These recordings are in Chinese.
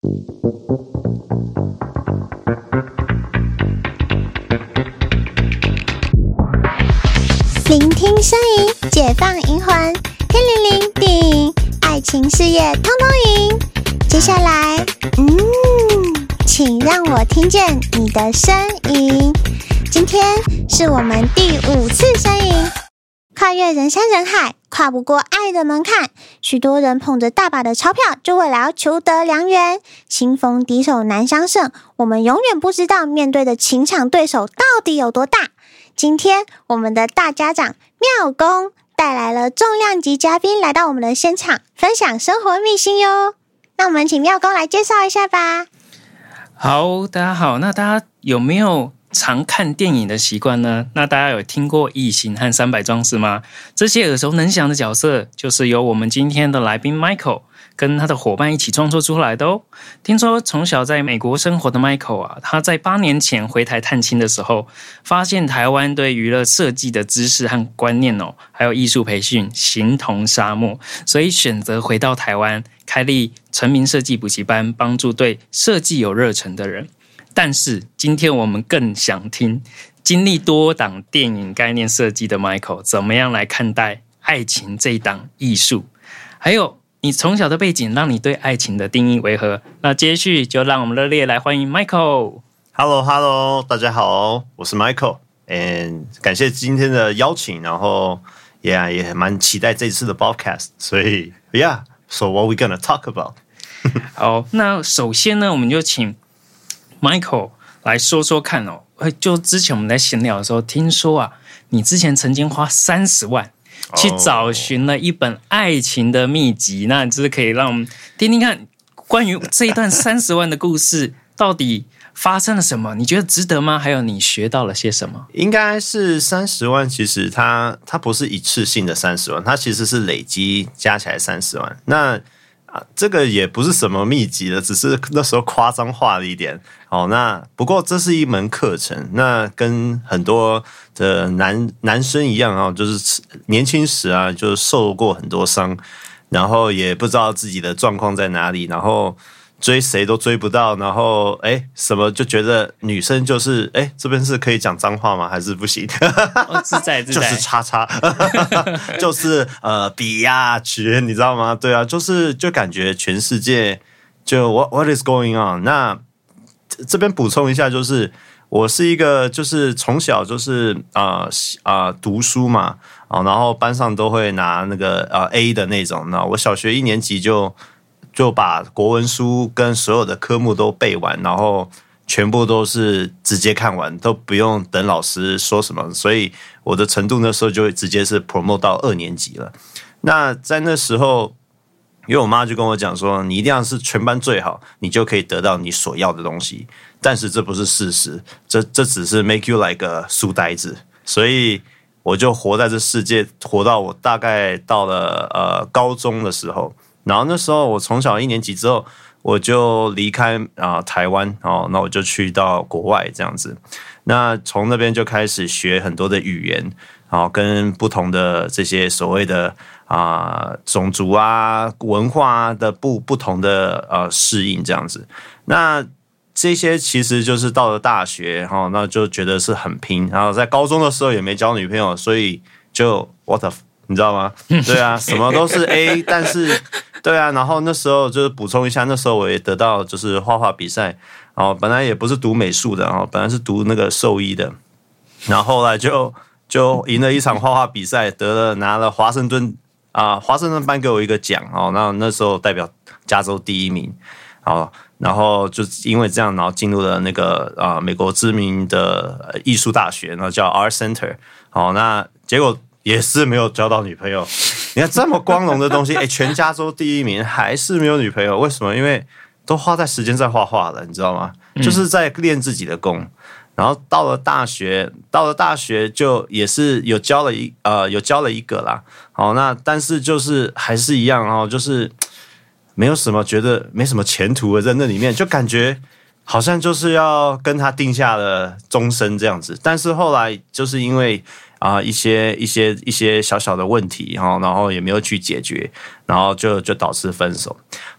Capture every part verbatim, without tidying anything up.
聆听声音，解放灵魂，天灵灵地灵，爱情事业通通赢。接下来，嗯，请让我听见你的声音。今天是我们第五次声音，跨越人山人海，跨不过爱的门槛。许多人捧着大把的钞票，就为了要求得良缘。棋逢敌手难相胜，我们永远不知道面对的情场对手到底有多大。今天我们的大家长妙公带来了重量级嘉宾来到我们的现场，分享生活秘辛哟。那我们请妙公来介绍一下吧。 好，大家好。那大家有没有常看电影的习惯呢？那大家有听过《异形》和《三百壮士》吗？这些耳熟能详的角色，就是由我们今天的来宾 Michael 跟他的伙伴一起创作出来的哦。听说从小在美国生活的 Michael 啊，他在八年前回台探亲的时候，发现台湾对娱乐设计的知识和观念哦，还有艺术培训形同沙漠，所以选择回到台湾，开立成名设计补习班，帮助对设计有热忱的人。但是今天我们更想听经历多档电影概念设计的 Michael 怎么样来看待爱情这一档艺术，还有你从小的背景让你对爱情的定义为何。那接续就让我们热烈来欢迎 Michael。 Hello Hello 大家好，我是 Michael， and 感谢今天的邀请，然后 yeah 也蛮期待这次的 podcast， 所以 yeah so what we gonna talk about 好，那首先呢，我们就请Michael 来说说看哦。就之前我们在闲聊的时候，听说啊，你之前曾经花三十万去找寻了一本爱情的秘籍， oh. 那就是可以让我们听听看关于这一段三十万的故事到底发生了什么？你觉得值得吗？还有你学到了些什么？ 应该是三十万，其实它它不是一次性的三十万，它其实是累积加起来三十万。那啊，这个也不是什么秘籍了，只是那时候夸张化了一点。哦，那不过这是一门课程，那跟很多的男男生一样啊，就是年轻时啊，就是受过很多伤，然后也不知道自己的状况在哪里，然后追谁都追不到，然后哎，什么就觉得女生就是哎，这边是可以讲脏话吗？还是不行？ 哦，自在自在， 就是叉叉，就是呃比亚曲，你知道吗？对啊，就是就感觉全世界就 what what is going on？ 那这边补充一下，就是我是一个就是从小就是啊啊、呃呃、读书嘛啊，然后班上都会拿那个呃 A 的那种。那我小学一年级就。就把国文书跟所有的科目都背完，然后全部都是直接看完，都不用等老师说什么，所以我的程度那时候就会直接是 promote 到二年级了。那在那时候，因为我妈就跟我讲说，你一定要是全班最好，你就可以得到你所要的东西。但是这不是事实，这这只是 make you like a 书呆子。所以我就活在这世界，活到我大概到了呃高中的时候。然后那时候我从小一年级之后，我就离开啊、呃、台湾哦，那我就去到国外这样子。那从那边就开始学很多的语言，然后跟不同的这些所谓的啊、呃、种族啊、文化的不不同的呃适应这样子。那这些其实就是到了大学哈、哦，那就觉得是很拼。然后在高中的时候也没交女朋友，所以就 what the你知道吗？对啊，什么都是 A， 但是对啊，然后那时候就是补充一下，那时候我也得到就是画画比赛，然后本来也不是读美术的，然后本来是读那个兽医的，然后后来就就赢了一场画画比赛，得了拿了华盛顿啊、呃，华盛顿颁给我一个奖哦，那那时候代表加州第一名，好，然后就因为这样，然后进入了那个啊、呃、美国知名的艺术大学，然后叫 Art Center， 好，那结果。也是没有交到女朋友，你看这么光荣的东西，哎，全加州第一名还是没有女朋友，为什么？因为都花在时间在画画了，你知道吗？就是在练自己的功。然后到了大学，到了大学就也是有交了一呃有交了一个啦，好，那但是就是还是一样哦，就是没有什么觉得没什么前途的在那里面，就感觉好像就是要跟他定下了终身这样子，但是后来就是因为。啊、呃，一些一些一些小小的问题哈，然后也没有去解决，然后就就导致分手。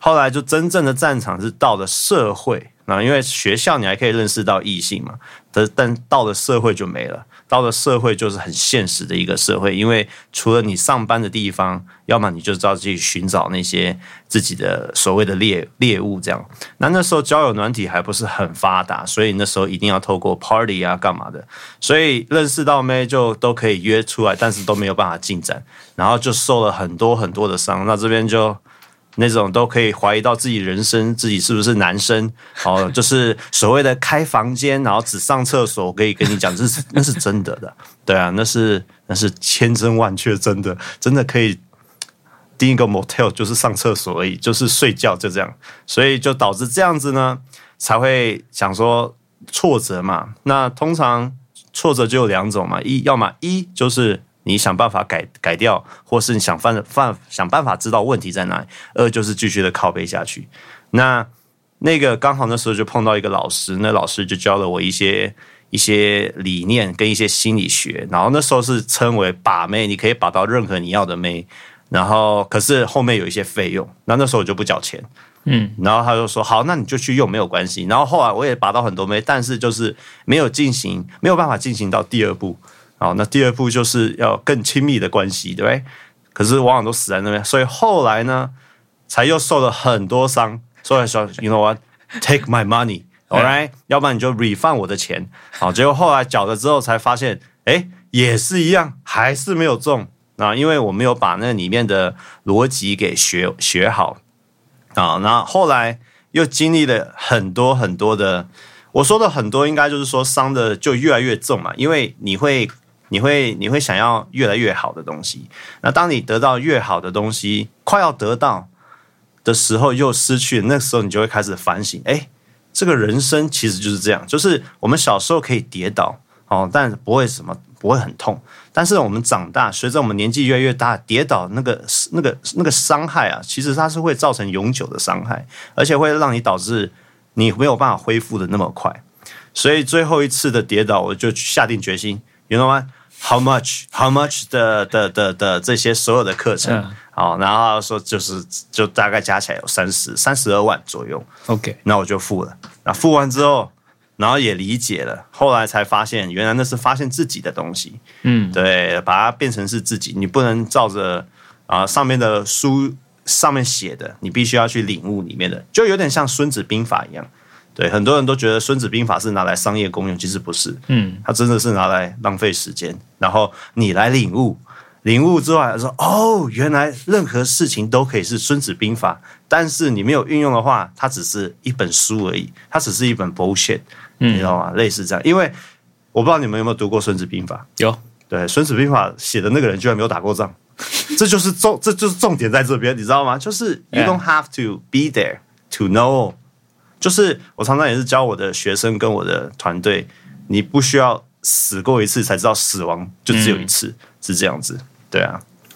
后来就真正的战场是到了社会，那因为学校你还可以认识到异性嘛，但但到了社会就没了。到了社会就是很现实的一个社会，因为除了你上班的地方，要么你就知道去寻找那些自己的所谓的猎猎物这样。那那时候交友软体还不是很发达，所以那时候一定要透过 party 啊干嘛的，所以认识到妹就都可以约出来，但是都没有办法进展，然后就受了很多很多的伤。那这边就那种都可以怀疑到自己人生，自己是不是男生哦，就是所谓的开房间，然后只上厕所。我可以跟你讲，这是那是真的的，对啊，那是那是千真万确真的，真的可以订一个 motel 就是上厕所而已，就是睡觉就这样，所以就导致这样子呢，才会想说挫折嘛。那通常挫折就有两种嘛，一要么一就是你想办法改改掉，或是你想办法想办法知道问题在哪里。二就是继续的靠背下去。那那个刚好那时候就碰到一个老师，那老师就教了我一些一些理念跟一些心理学，然后那时候是称为把妹，你可以把到任何你要的妹，然后可是后面有一些费用，那那时候我就不缴钱。嗯，然后他就说好，那你就去用没有关系。然后后来我也把到很多妹，但是就是没有进行，没有办法进行到第二步。好，那第二步就是要更亲密的关系，对不对？可是往往都死在那边，所以后来呢，才又受了很多伤。所以说 ，you know what? Take my money, all right？ 要不然你就 refund 我的钱。好，结果后来缴了之后才发现，哎，也是一样，还是没有中啊，因为我没有把那里面的逻辑给学学好啊。那后来又经历了很多很多的，我说的很多，应该就是说伤的就越来越重嘛，因为你会。你会你会想要越来越好的东西，那当你得到越好的东西，快要得到的时候又失去，那时候你就会开始反省，哎，这个人生其实就是这样，就是我们小时候可以跌倒，哦，但不会什么不会很痛，但是我们长大，随着我们年纪越来越大，跌倒那个那个那个伤害啊，其实它是会造成永久的伤害，而且会让你导致你没有办法恢复的那么快，所以最后一次的跌倒，我就下定决心 ，you know what？How much? How much 的的的的这些所有的课程，嗯、好，然后说就是就大概加起来有三十三十二万左右。 OK， 那我就付了。那付完之后，然后也理解了，后来才发现原来那是发现自己的东西。嗯，对，把它变成是自己，你不能照着啊、呃、上面的书上面写的，你必须要去领悟里面的，就有点像《孙子兵法》一样。对，很多人都觉得《孙子兵法》是拿来商业公用，其实不是，嗯，它真的是拿来浪费时间，然后你来领悟，领悟之外说，哦，原来任何事情都可以是《孙子兵法》，但是你没有运用的话，它只是一本书而已，它只是一本 bullshit，、嗯、你知道吗？类似这样，因为我不知道你们有没有读过《孙子兵法》， 有， 对，《孙子兵法》写的那个人居然没有打过仗，这就是重，这就是重点在这边，你知道吗？就是 you don't have to be there to know。就是我常常也是教我的学生跟我的团队，你不需要死过一次才知道死亡就只有一次，嗯、是这样子，对啊。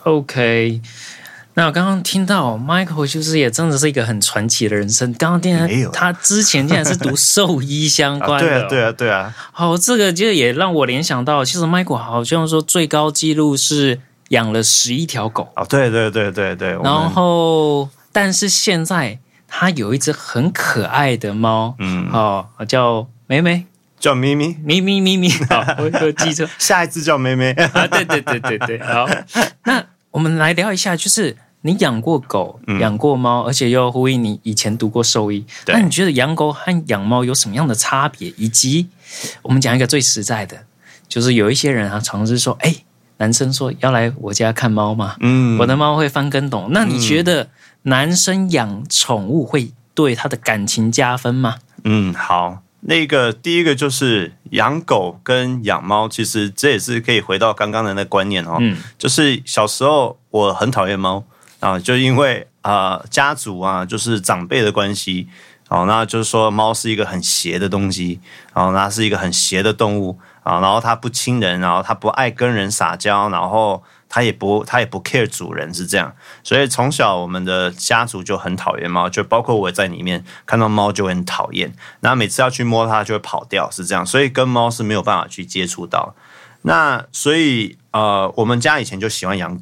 OK， 那我刚刚听到 Michael 就是也真的是一个很传奇的人生。刚刚听到他之前竟然是读兽医相关的、哦啊，对啊，对啊，对啊。 好，这个就也让我联想到，其实 Michael 好像说最高纪录是养了十一条狗。 哦，对对对对对。 然后，但是现在。他有一只很可爱的猫，嗯，哦，叫妹妹， 叫咪咪， 咪咪咪咪，好，我我记住， 下一只叫妹妹啊，对对对对对，好，那我们来聊一下，就是你养过狗，嗯、养过猫，而且又呼应你以前读过兽医，那你觉得养狗和养猫有什么样的差别？以及我们讲一个最实在的，就是有一些人啊，常是说，哎，男生说要来我家看猫吗？嗯，我的猫会翻跟斗，那你觉得？嗯男生养宠物会对他的感情加分吗？ 嗯，好，那个第一个就是养狗跟养猫，其实这也是可以回到刚刚的那个观念哦。嗯，就是小时候我很讨厌猫啊，就因为啊、呃、家族啊就是长辈的关系，哦，那就是说猫是一个很邪的东西，哦，那是一个很邪的动物啊，然后它不亲人，然后它不爱跟人撒娇，然后。他也不，他也不 care 主人是这样，所以从小我们的家族就很讨厌猫，就包括我在里面看到猫就会很讨厌，那每次要去摸它就会跑掉，是这样，所以跟猫是没有办法去接触到。那所以呃，我们家以前就喜欢养狗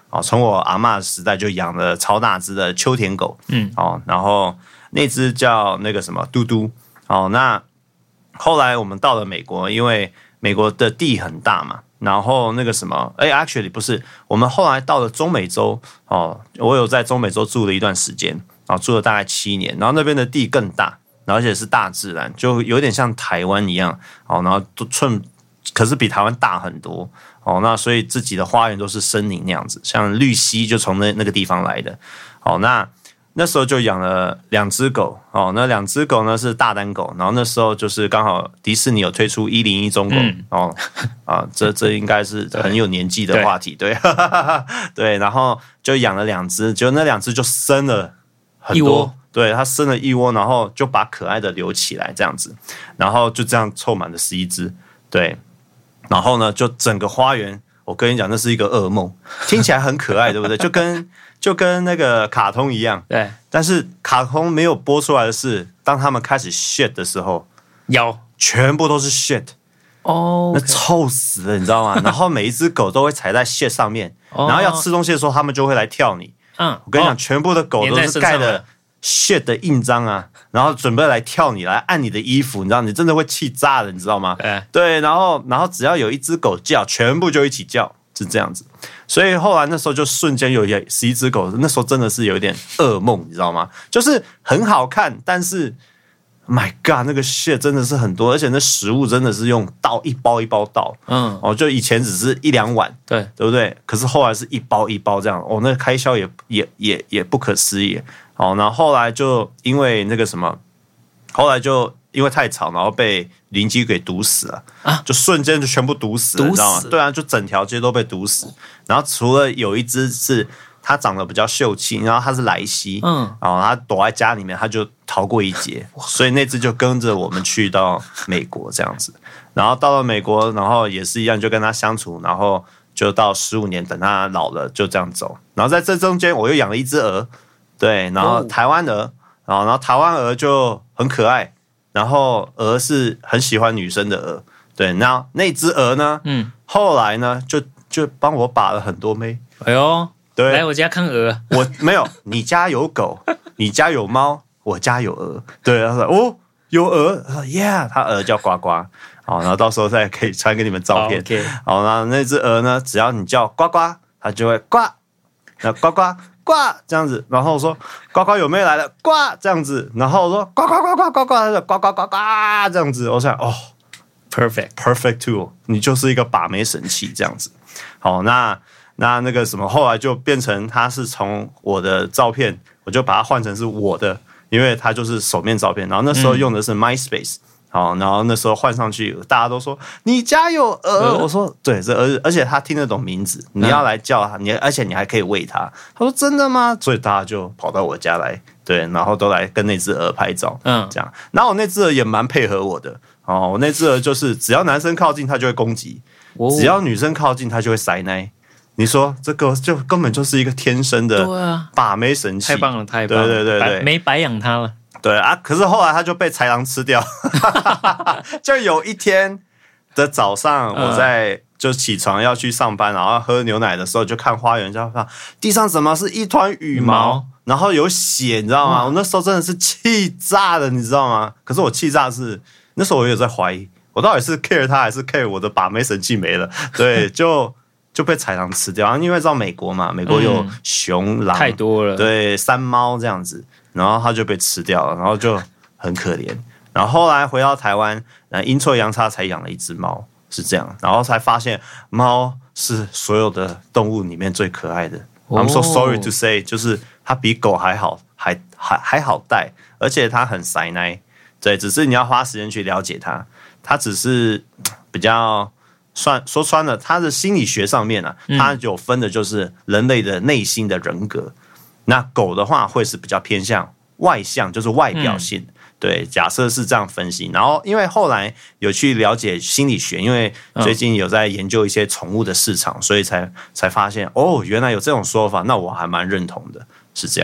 哦，从我阿嬷时代就养了超大只的秋田狗， 嗯， 哦，然后那只叫那个什么嘟嘟，哦，那后来我们到了美国，因为美国的地很大嘛，然后那个什么，哎 ，actually 不是，我们后来到了中美洲，哦，我有在中美洲住了一段时间，啊，住了大概七年，然后那边的地更大，然后而且是大自然，就有点像台湾一样，哦，然后都寸，可是比台湾大很多，哦，那所以自己的花园都是森林那样子，像绿蜥就从那那个地方来的，哦，那。那时候就养了两只狗哦，那两只狗呢是大丹狗，然后那时候就是刚好迪士尼有推出一零一中狗、嗯、哦啊，这这应该是很有年纪的话题，对对, 对，然后就养了两只，结果那两只就生了很多，对，它生了一窝，然后就把可爱的留起来这样子，然后就这样凑满了十一只，对，然后呢就整个花园，我跟你讲，那是一个噩梦，听起来很可爱，对不对？就跟就跟那个卡通一样， 对。 但是卡通没有播出来的是，当他们开始 shit 的时候， 有全部都是 shit， 哦， 那臭死了，你知道吗？然后每一只狗都会踩在 shit 上面，然后要吃东西的时候，他们就会来跳你。嗯，我跟你讲，全部的狗都是盖的 shit 的印章啊，然后准备来跳你，来按你的衣服，你知道，你真的会气炸了，你知道吗？ 对， 对，然后然后只要有一只狗叫，全部就一起叫。是这样子，所以后来那时候就瞬间有十一只狗，那时候真的是有一点噩梦，你知道吗？就是很好看，但是 ，My God， 那个 shit 真的是很多，而且那食物真的是用倒一包一包倒，嗯，哦，就以前只是一两碗， 对， 对不对？可是后来是一包一包这样，哦，那开销也也也也不可思议，哦，然后后来就因为那个什么，后来就。因为太吵，然后被邻居给堵死了啊！就瞬间就全部堵死了， 堵死你知道吗？对啊，就整条街都被堵死。然后除了有一只是它长得比较秀气，然后它是莱西，嗯，然后它躲在家里面，它就逃过一劫，所以那只就跟着我们去到美国这样子。然后到了美国，然后也是一样，就跟它相处，然后就到十五年，等它老了就这样走。然后在这中间，我又养了一只鹅，对，然后台湾鹅，然后然后台湾鹅就很可爱。然后鹅是很喜欢女生的鹅，对，那那只鹅呢，嗯，后来呢就就帮我把了很多妹， 哎呦， 对， 来我家看鹅， 我没有，你家有狗，你家有猫，我家有鹅，对，他说哦有鹅，他说 yeah， 他鹅叫呱呱，好，然后到时候再可以传给你们照片， okay. 好，然后那只鹅呢，只要你叫呱呱，它就会呱，那呱呱。呱这样子，然后我说呱呱有妹来了，呱这样子，然后我说呱呱呱呱呱呱，他就呱呱呱呱这样子，我想哦 ，perfect perfect tool， 你就是一个把妹神器这样子。好，那那那个什么，后来就变成他是从我的照片，我就把它换成是我的，因为它就是手面照片，然后那时候用的是 MySpace。嗯好，然后那时候换上去，大家都说你家有鹅，我说对，这鹅，而且他听得懂名字，你要来叫他，你而且你还可以喂他。他说真的吗？所以大家就跑到我家来，对，然后都来跟那只鹅拍照，嗯，这样。然后我那只鹅也蛮配合我的，哦，我那只鹅就是只要男生靠近，它就会攻击；哦、只要女生靠近，它就会塞奶。你说这个就根本就是一个天生的把妹神器， 太棒了，太棒了， 对对对对， 没白养它了。 对啊，可是后来他就被豺狼吃掉。就有一天的早上，我在就起床要去上班，然后喝牛奶的时候，就看花园，就看地上怎么是一团羽毛，然后有血，你知道吗？我那时候真的是气炸了，你知道吗？可是我气炸是那时候我有在怀疑，我到底是 care 他还是 care 我的把妹神器没了？对，就。就被豺狼吃掉，因为知道美国嘛，美国有熊狼、嗯、 太多了， 对，山猫这样子，然后它就被吃掉了，然后就很可怜。然后后来回到台湾，阴错阳差才养了一只猫，是这样，然后才发现猫是所有的动物里面最可爱的。哦、I'm so sorry to say， 就是它比狗还好，还还还好带，而且它很塞奶，对，只是你要花时间去了解它，它只是比较。算说穿了，他的心理学上面啊，他有分的就是人类的内心的人格。嗯、那狗的话会是比较偏向外向，就是外表性。嗯、对，假设是这样分析。然后因为后来有去了解心理学，因为最近有在研究一些宠物的市场，所以才才发现哦，原来有这种说法。那我还蛮认同的，是这样子。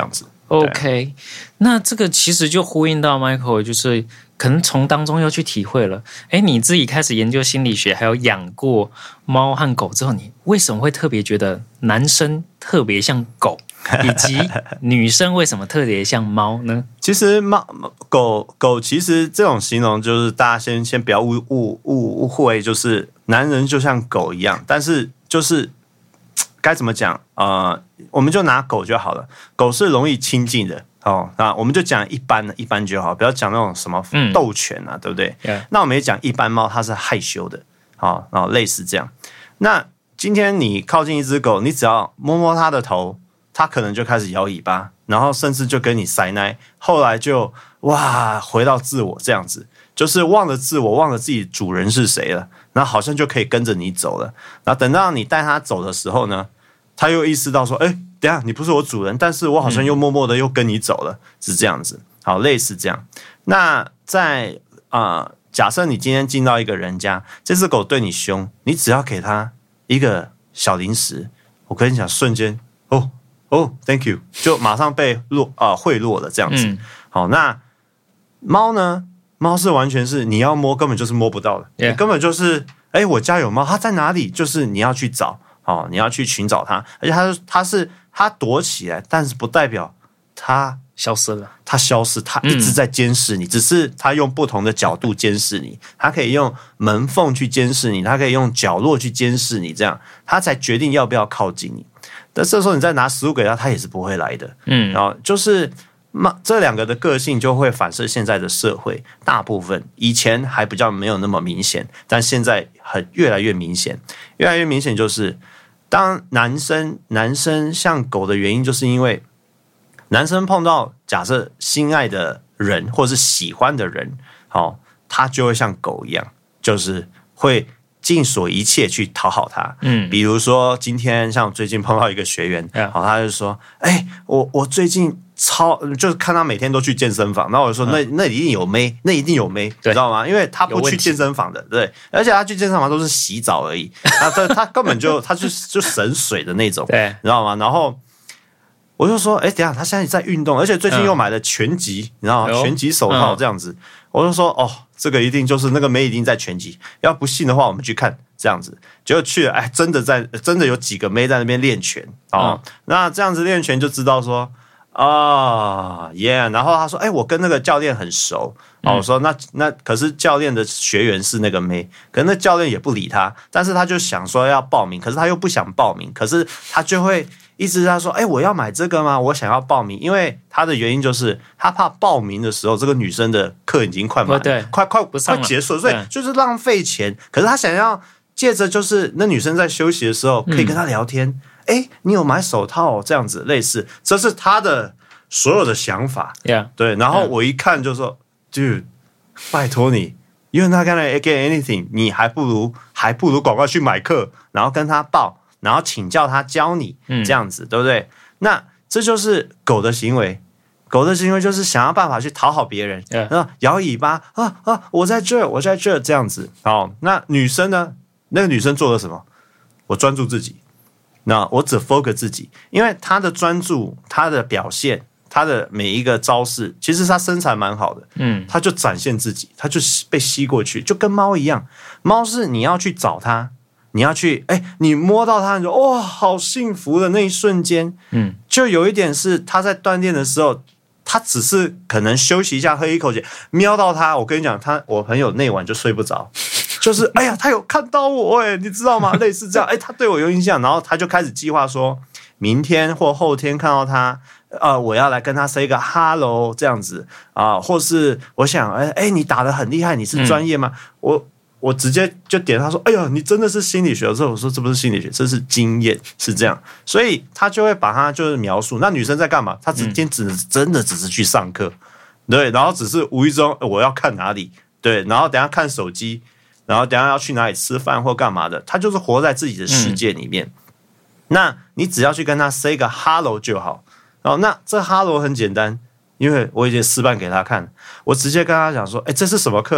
OK， 那这个其实就呼应到 Michael， 就是可能从当中又去体会了。哎，你自己开始研究心理学，还有养过猫和狗之后，你为什么会特别觉得男生特别像狗，以及女生为什么特别像猫呢？ 其实猫狗狗其实这种形容就是大家先先不要误误误误会，就是男人就像狗一样，但是就是该怎么讲？呃，我们就拿狗就好了，狗是容易亲近的。哦，那我们就讲一般的，一般就好，不要讲那种什么斗犬啊，嗯、对不对？ Yeah. 那我们也讲一般猫，它是害羞的，好、哦，类似这样。那今天你靠近一只狗，你只要摸摸它的头，它可能就开始摇尾巴，然后甚至就跟你塞奶，后来就哇回到自我这样子，就是忘了自我，忘了自己主人是谁了，然后好像就可以跟着你走了。然后等到你带它走的时候呢，它又意识到说，哎。等一下，你不是我主人，但是我好像又默默的又跟你走了，嗯、是这样子，好，类似这样。那在啊、呃，假设你今天进到一个人家，这只狗对你凶，你只要给它一个小零食，我跟你讲，瞬间哦哦 ，thank you， 就马上被落啊、呃、贿赂了这样子。嗯、好，那猫呢？猫是完全是你要摸，根本就是摸不到的， yeah. 你根本就是哎，我家有猫，它在哪里？就是你要去找。哦，你要去寻找它，而且它它是它躲起来，但是不代表它消失了， 它消失，它一直在监视你，嗯、只是它用不同的角度监视你，它可以用门缝去监视你，它可以用角落去监视你，这样它才决定要不要靠近你。但这时候你再拿食物给它，它也是不会来的。嗯，然后就是这两个的个性就会反射现在的社会，大部分以前还比较没有那么明显，但现在很越来越明显，越来越明显就是。当男生男生像狗的原因，就是因为男生碰到假设心爱的人或是喜欢的人，哦，他就会像狗一样，就是会尽所一切去讨好他。嗯，比如说今天像最近碰到一个学员，好、yeah. 哦，他就说，哎、欸，我我最近超就是看他每天都去健身房，然后我就说、嗯、那那一定有妹，那一定有妹，你知道吗？因为他不去健身房的，对，而且他去健身房都是洗澡而已，他他根本就他就就省水的那种，对，你知道吗？然后我就说，哎、欸，等一下，他现在在运动，而且最近又买了拳击，嗯、你知道吗？拳击手套这样子，嗯、我就说，哦，这个一定就是那个妹一定在拳击，要不信的话，我们去看。这样子，结果去了，哎，真的在，真的有几个妹在那边练拳哦。嗯、那这样子练拳就知道说，啊，耶、yeah ！然后他说，哎，我跟那个教练很熟。哦，嗯、我说那那可是教练的学员是那个妹，可是那教练也不理他，但是他就想说要报名，可是他又不想报名，可是他就会一直他说，哎，我要买这个吗？我想要报名，因为他的原因就是他怕报名的时候，这个女生的课已经快满， 对， 快快快结束了，所以就是浪费钱。可是他想要。借着就是那女生在休息的时候可以跟她聊天，哎、嗯，你有买手套、哦、这样子类似，这是他的所有的想法， yeah. 对。然后我一看就说 ，Dude， 拜托你 ，You're not gonna get anything， 你还不如还不如赶快去买课，然后跟他报，然后请教他教你，这样子、嗯、对不对？那这就是狗的行为。狗的行为就是想要办法去讨好别人， yeah. 然后摇尾巴啊啊，我在这，我在这，这样子。好，那女生呢？那个女生做了什么？我专注自己，那我只 focus 自己，因为她的专注，她的表现，她的每一个招式，其实她身材蛮好的，嗯，她就展现自己，她就被吸过去，就跟猫一样。猫是你要去找它，你要去，哎，你摸到它，你说哇、哦，好幸福的那一瞬间，嗯，就有一点是她在锻炼的时候。他只是可能休息一下，喝一口水，瞄到他。我跟你讲，他我朋友那晚就睡不着，就是哎呀，他有看到我哎，你知道吗？类似这样，哎，他对我有印象，然后他就开始计划说，明天或后天看到他，呃，我要来跟他 say 个 hello 这样子啊、呃，或是我想，哎哎，你打得很厉害，你是专业吗？嗯、我。我直接就点他说：“哎呀，你真的是心理学？”之后我说：“这不是心理学，这是经验，是这样。”所以他就会把他就是描述。那女生在干嘛？她今天只真的只是去上课，对，然后只是无意中我要看哪里，对，然后等一下看手机，然后等一下要去哪里吃饭或干嘛的，他就是活在自己的世界里面。嗯、那你只要去跟他 say 个 hello 就好。哦，那这 hello 很简单，因为我已经示范给他看，我直接跟他讲说：“哎，这是什么课啊？”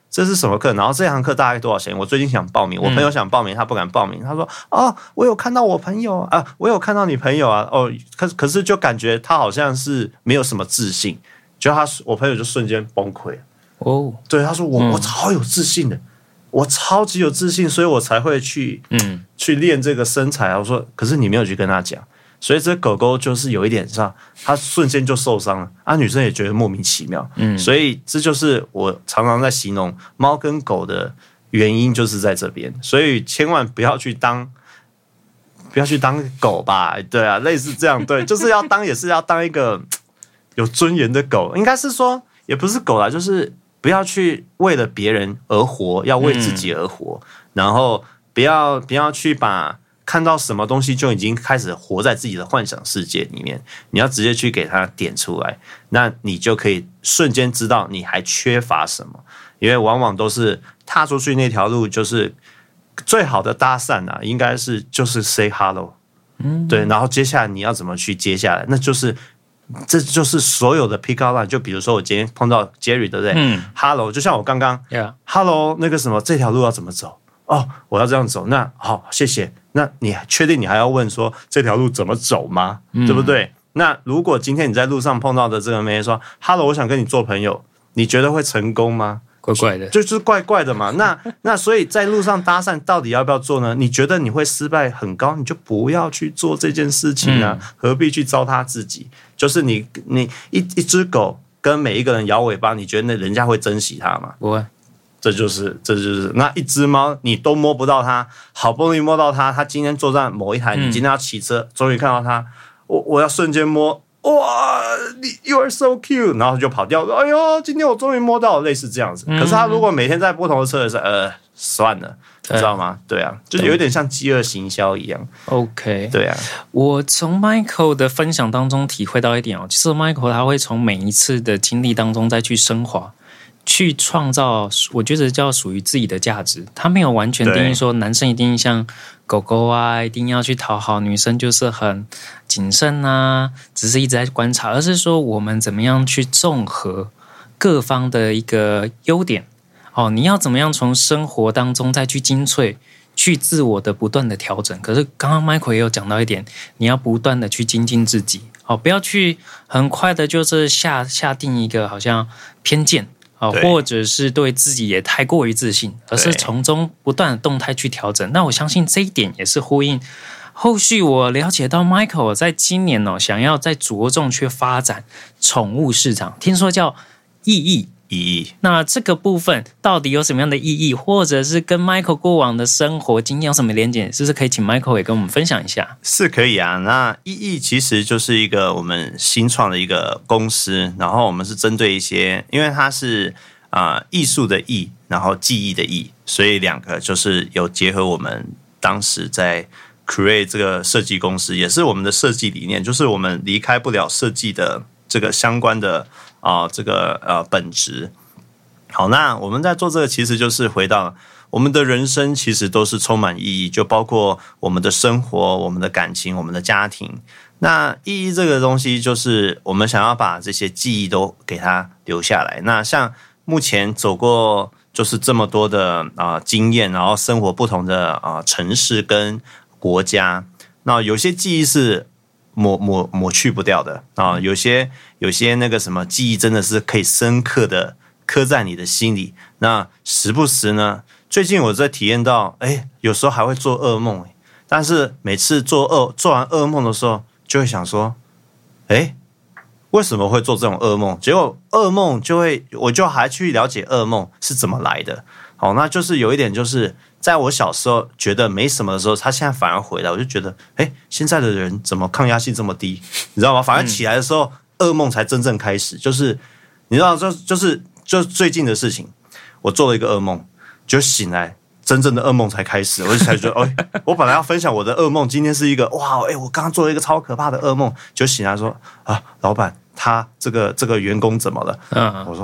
这是什么课？然后这堂课大概多少钱？我最近想报名，我朋友想报名，他不敢报名。他说：“哦，我有看到我朋友啊，我有看到你朋友啊。”哦，可可是就感觉他好像是没有什么自信，就他我朋友就瞬间崩溃了。哦，对，他说我、嗯、我超有自信的，我超级有自信，所以我才会去嗯去练这个身材啊。我说，可是你没有去跟他讲。所以这狗狗就是有一点上，它瞬间就受伤了，啊，女生也觉得莫名其妙，嗯，所以这就是我常常在形容猫跟狗的原因，就是在这边，所以千万不要去当，不要去当狗吧，对啊，类似这样，对，就是要当也是要当一个有尊严的狗，应该是说也不是狗啦，就是不要去为了别人而活，要为自己而活，嗯、然后不要不要去把。看到什么东西就已经开始活在自己的幻想世界里面，你要直接去给它点出来，那你就可以瞬间知道你还缺乏什么，因为往往都是踏出去那条路，就是最好的搭讪啊，应该是就是 say hello， 嗯，对，然后接下来你要怎么去接下来，那就是这就是所有的 pick up line， 就比如说我今天碰到 Jerry， 对不对？嗯 ，hello， 就像我刚刚 ，yeah， hello， 那个什么，这条路要怎么走？哦，我要这样走，那好，谢谢。那你确定你还要问说这条路怎么走吗？嗯、对不对？那如果今天你在路上碰到的这个妹说 ，Hello， 我想跟你做朋友，你觉得会成功吗？ 怪怪的， 就就是怪怪的嘛。那那所以在路上搭讪到底要不要做呢？你觉得你会失败很高，你就不要去做这件事情啊，嗯、何必去糟蹋自己？就是你你一一只狗跟每一个人摇尾巴，你觉得那人家会珍惜它吗？ 不会。 这就是，这就是那一只猫，你都摸不到它，好不容易摸到它，它今天坐在某一台，你今天要骑车，终于看到它，我我要瞬间摸，哇，你 you are so cute， 然后就跑掉，哎呦，今天我终于摸到了，类似这样子。可是它如果每天在不同的车的时候，呃，算了，你知道吗？对啊，就是有一点像饥饿行销一样。 OK， 对啊， 我从 Michael 的分享当中体会到一点哦，就是 Michael 他会从每一次的经历当中再去升华。去创造，我觉得叫属于自己的价值。他没有完全定义说男生一定像狗狗啊，一定要去讨好女生，就是很谨慎啊，只是一直在观察，而是说我们怎么样去综合各方的一个优点。哦，你要怎么样从生活当中再去精粹，去自我的不断的调整。可是刚刚 Michael 也有讲到一点，你要不断的去精进自己。哦，不要去很快的就是下下定一个好像偏见。哦，或者是对自己也太过于自信，而是从中不断的动态去调整。那我相信这一点也是呼应后续我了解到 Michael 在今年哦，想要再着重去发展宠物市场，听说叫意义。 意义， 那这个部分到底有什么样的意义，或者是跟 Michael 过往的生活经验有什么连结？是不是可以请 Michael 也跟我们分享一下？ 是可以啊。那意义其实就是一个我们新创的一个公司，然后我们是针对一些，因为它是啊、呃、艺术的艺，然后记忆的忆，所以两个就是有结合我们当时在 create 这个设计公司，也是我们的设计理念，就是我们离开不了设计的这个相关的。啊、呃，这个呃本质好，那我们在做这个，其实就是回到我们的人生，其实都是充满意义，就包括我们的生活、我们的感情、我们的家庭。那意义这个东西，就是我们想要把这些记忆都给它留下来。那像目前走过就是这么多的啊、呃、经验，然后生活不同的啊、呃、城市跟国家，那有些记忆是。抹抹抹去不掉的啊，有些有些那个什么记忆真的是可以深刻的刻在你的心里。那时不时呢，最近我在体验到，哎，有时候还会做噩梦，但是每次做噩做完噩梦的时候，就会想说，哎，为什么会做这种噩梦？结果噩梦就会，我就还去了解噩梦是怎么来的。好，那就是有一点就是。在我小时候觉得没什么的时候，他现在反而回来，我就觉得，哎，现在的人怎么抗压性这么低？你知道吗？反而起来的时候，嗯、噩梦才真正开始。就是你知道，就就是就最近的事情，我做了一个噩梦，就醒来，真正的噩梦才开始。我就才觉得，哎，我本来要分享我的噩梦，今天是一个哇，哎，我刚刚做了一个超可怕的噩梦，就醒来说啊，老板。他这个这个员工怎么了？嗯，我说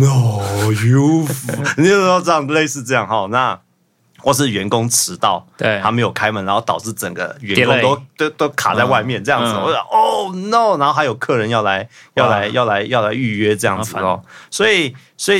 No you， 你就说这样类似这样哈，那或是员工迟到，对，他没有开门，然后导致整个员工都都都卡在外面这样子。嗯、我说哦 no， 然后还有客人要来要来、嗯、要来要来预约这样子哦，所以所以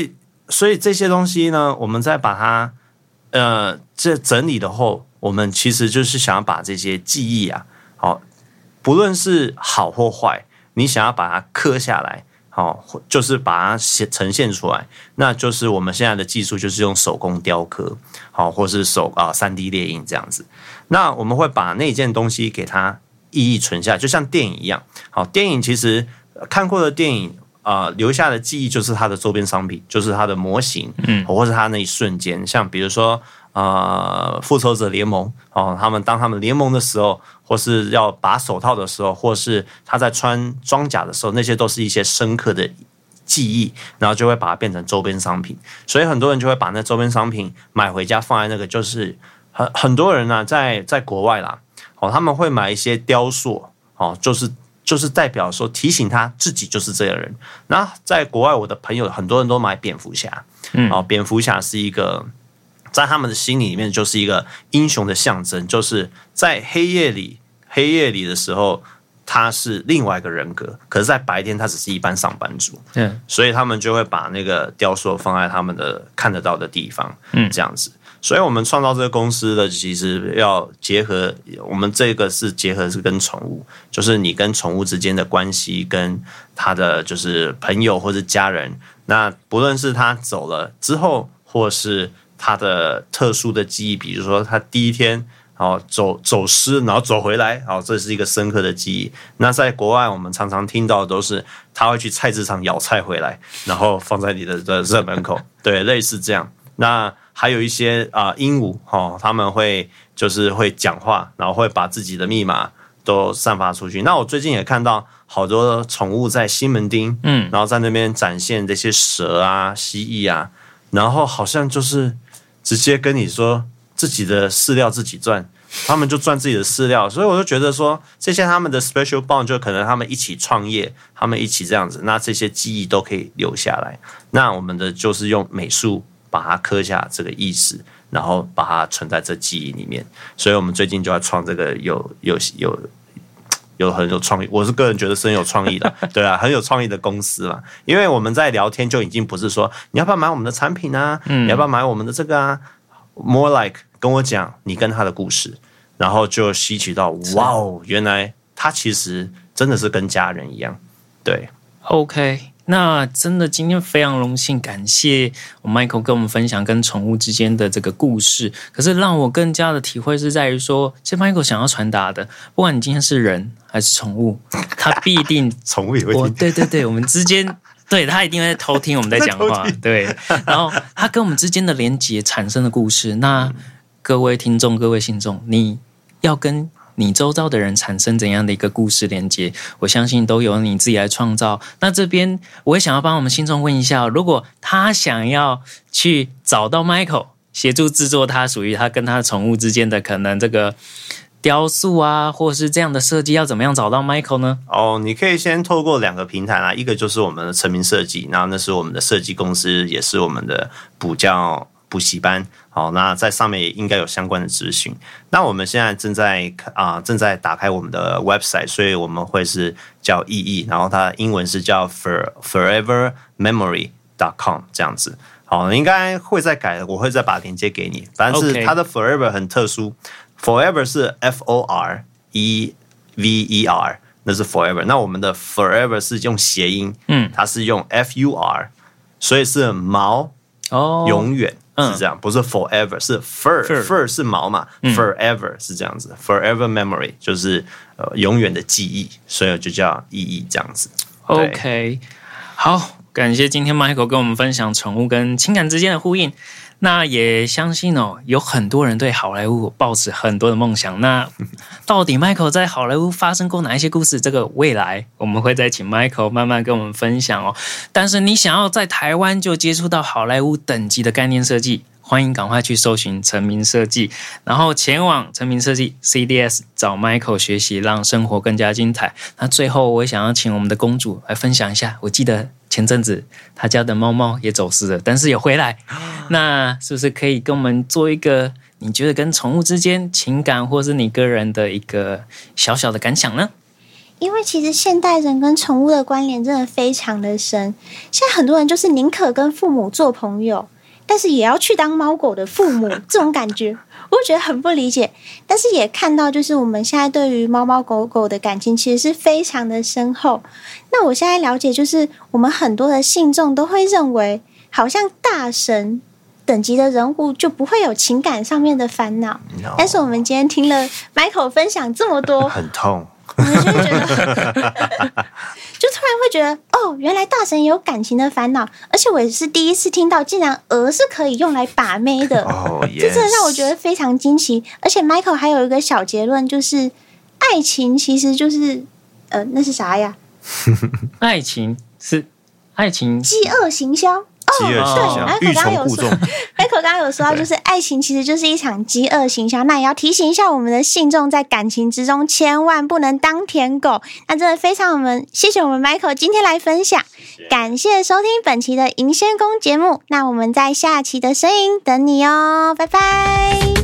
所以这些东西呢，我们再把它呃这整理的后，我们其实就是想要把这些记忆啊，好，不论是好或坏，你想要把它刻下来。好，就是把它呈现出来，那就是我们现在的技术，就是用手工雕刻，好，或是手啊三 D 列印这样子。那我们会把那件东西给它意义存下，就像电影一样。好，电影其实看过的电影啊、呃，留下的记忆就是它的周边商品，就是它的模型，嗯，或是它那一瞬间，像比如说。呃，复仇者联盟哦，他们当他们联盟的时候，或是要拔手套的时候，或是他在穿装甲的时候，那些都是一些深刻的记忆，然后就会把它变成周边商品。所以很多人就会把那周边商品买回家，放在那个就是很很多人呢、啊，在在国外啦，哦，他们会买一些雕塑，哦，就是就是代表说提醒他自己就是这个人。那在国外，我的朋友很多人都买蝙蝠侠，嗯，哦，蝙蝠侠是一个。在他们的心里面就是一个英雄的象征，就是在黑夜里，黑夜里的时候他是另外一个人格，可是在白天他只是一般上班族，嗯，所以他们就会把那个雕塑放在他们的看得到的地方，嗯，这样子。所以我们创造这个公司的，其实要结合我们这个是结合是跟宠物，就是你跟宠物之间的关系，跟他的就是朋友或者家人，那不论是他走了之后，或是他的特殊的记忆，比如说他第一天哦走走失，然后走回来，哦，这是一个深刻的记忆。那在国外，我们常常听到的都是他会去菜市场舀菜回来，然后放在你的热门口，对，类似这样。那还有一些啊、呃、鹦鹉哦，他们会就是会讲话，然后会把自己的密码都散发出去。那我最近也看到好多宠物在西门町，嗯，然后在那边展现这些蛇啊、蜥蜴啊，然后好像就是直接跟你说自己的饲料自己赚，他们就赚自己的饲料。所以我就觉得说，这些他们的 special bond 就可能他们一起创业，他们一起这样子，那这些记忆都可以留下来。那我们的就是用美术把它刻下这个意思，然后把它存在这记忆里面。所以我们最近就要创这个有有有有很有创意，我是个人觉得是很有创意的，对啊，很有创意的公司啦。因为我们在聊天就已经不是说你要不要买我们的产品啊，嗯、你要不要买我们的这个啊 ，more like 跟我讲你跟他的故事，然后就吸取到哇哦，原来他其实真的是跟家人一样，对 ，OK。那真的今天非常荣幸，感谢我 Michael 跟我们分享跟宠物之间的这个故事。可是让我更加的体会是在于说，其实 Michael 想要传达的，不管你今天是人还是宠物，他必定宠物也会听。 对对对，我们之间对他一定会偷听我们在讲话，对。然后他跟我们之间的连结产生的故事，那各位听众、各位信众，你要跟你周遭的人产生怎样的一个故事连接，我相信都由你自己来创造。那这边我也想要帮我们信众问一下，如果他想要去找到 Michael， 协助制作他属于他跟他的宠物之间的可能这个雕塑啊，或是这样的设计，要怎么样找到 Michael 呢？ 哦，你可以先透过两个平台啦，一个就是我们的成名设计，然后那是我们的设计公司，也是我们的补教补习班。好，那在上面也应该有相关的资讯。那我们现在正在啊、呃、正在打开我们的 website， 所以我们会是叫意义，然后它英文是叫 for forever memory dot com 这样子。好，应该会再改，我会再把链接给你。反正是它的 forever 很特殊 ，forever 是 F O R E V E R， 那是 forever。那我们的 forever 是用谐音，嗯，它是用 F U R， 所以是毛哦，永远。是这样，不是 forever， 是 fur fur, fur 是毛嘛、嗯、，forever 是这样子 ，forever memory 就是呃永远的记忆，所以就叫意义这样子。 OK， 好，感谢今天 Michael 跟我们分享宠物跟情感之间的呼应。那也相信哦，有很多人对好莱坞抱持很多的梦想。那到底 Michael 在好莱坞发生过哪一些故事？这个未来我们会再请 Michael 慢慢跟我们分享哦。但是你想要在台湾就接触到好莱坞等级的概念设计，欢迎赶快去搜寻成名设计，然后前往成名设计 C D S 找 Michael 学习，让生活更加精彩。那最后我也想要请我们的公主来分享一下，我记得前阵子她家的猫猫也走失了，但是有回来。那是不是可以跟我们做一个你觉得跟宠物之间情感或是你个人的一个小小的感想呢？ 因为其实现代人跟宠物的关联真的非常的深，现在很多人就是宁可跟父母做朋友，但是也要去当猫狗的父母，这种感觉我觉得很不理解。但是也看到就是我们现在对于猫猫狗狗的感情其实是非常的深厚。那我现在了解就是我们很多的信众都会认为好像大神等级的人物就不会有情感上面的烦恼， no. 但是我们今天听了 Michael 分享这么多， 很痛， 我们就会觉得就突然会觉得哦，原来大神也有感情的烦恼，而且我也是第一次听到竟然鹅是可以用来把妹的， 哦、oh, yes. 这真的让我觉得非常惊奇。而且 Michael 还有一个小结论，就是爱情其实就是呃，那是啥呀？ 爱情是爱情饥饿行销。 饥饿行销，欲穷故纵。 Michael 刚刚有说到，就是爱情其实就是一场饥饿行销。那也要提醒一下我们的信众，在感情之中千万不能当舔狗。那真的非常我们谢谢我们 Michael 今天来分享，谢谢感谢收听本期的银仙宫节目。那我们在下期的声音等你哦，拜拜。